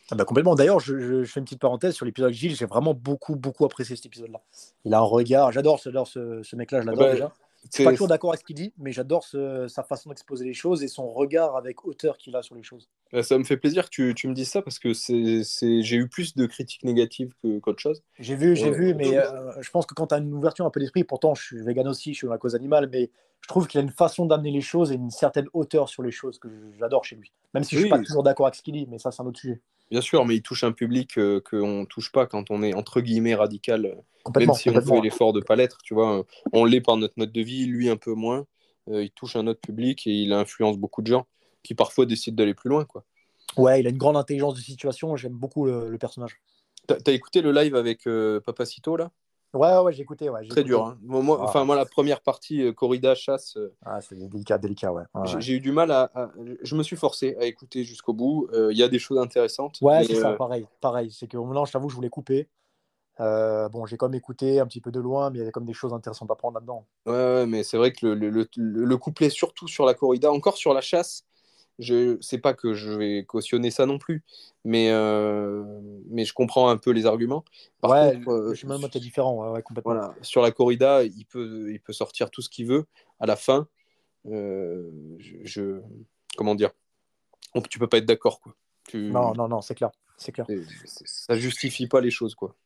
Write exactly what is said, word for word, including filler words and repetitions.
Ah bah complètement. D'ailleurs, je, je- je fais une petite parenthèse sur l'épisode avec Gilles. J'ai vraiment beaucoup, beaucoup apprécié cet épisode-là. Il a un regard. J'adore, j'adore ce, ce mec-là. Je Ah l'adore bah, déjà. Je suis pas c'est, toujours d'accord avec ce qu'il dit, mais j'adore ce- sa façon d'exposer les choses et son regard avec hauteur qu'il a sur les choses. euh, ça me fait plaisir que tu, tu me dises ça parce que c'est, c'est, j'ai eu plus de critiques négatives que, qu'autre chose. J'ai vu, j'ai Et, vu, mais euh, je pense que quand tu as une ouverture un peu d'esprit, pourtant je suis vegan aussi, je suis dans la cause animale, mais je trouve qu'il a une façon d'amener les choses et une certaine hauteur sur les choses que j'adore chez lui. Même si je suis pas oui, toujours d'accord avec ce qu'il dit, mais ça c'est un autre sujet. bien sûr, mais il touche un public euh, qu'on ne touche pas quand on est entre guillemets radical, euh, même Complètement, si on fait complètement. l'effort de ne pas l'être, tu vois. Euh, on l'est par notre mode de vie, lui un peu moins. Euh, il touche un autre public et il influence beaucoup de gens qui parfois décident d'aller plus loin, quoi. Ouais, il a une grande intelligence de situation, j'aime beaucoup le, le personnage. T'as, t'as écouté le live avec euh, Papacito là? Ouais, ouais, ouais, j'ai écouté, ouais, j'ai Très dur, écouté. hein. Moi, moi- Ah, enfin, moi, la première partie, euh, corrida, chasse, euh, ah, c'est délicat, délicat, ouais. Ouais, j'ai ouais. j'ai eu du mal à, à- Je me suis forcé à écouter jusqu'au bout. Euh, Il y a des choses intéressantes, Ouais, mais c'est ça, euh, pareil, pareil. C'est que maintenant, je t'avoue, je voulais couper. Euh, bon, j'ai quand même écouté un petit peu de loin, mais il y avait comme des choses intéressantes à prendre là-dedans. ouais, ouais, mais c'est vrai que le, le, le, le couplet, surtout sur la corrida, encore sur la chasse, je sais pas que je vais cautionner ça non plus, mais, euh, mais je comprends un peu les arguments. Par Ouais, contre, le euh, chemin de mode est différent, ouais, ouais, complètement. voilà, sur la corrida, il peut, il peut sortir tout ce qu'il veut. À la fin, euh, je, je- comment dire, on- tu peux pas être d'accord, quoi. Tu, Non, non, non, c'est clair, c'est clair. c'est- c'est- ça justifie pas les choses, quoi.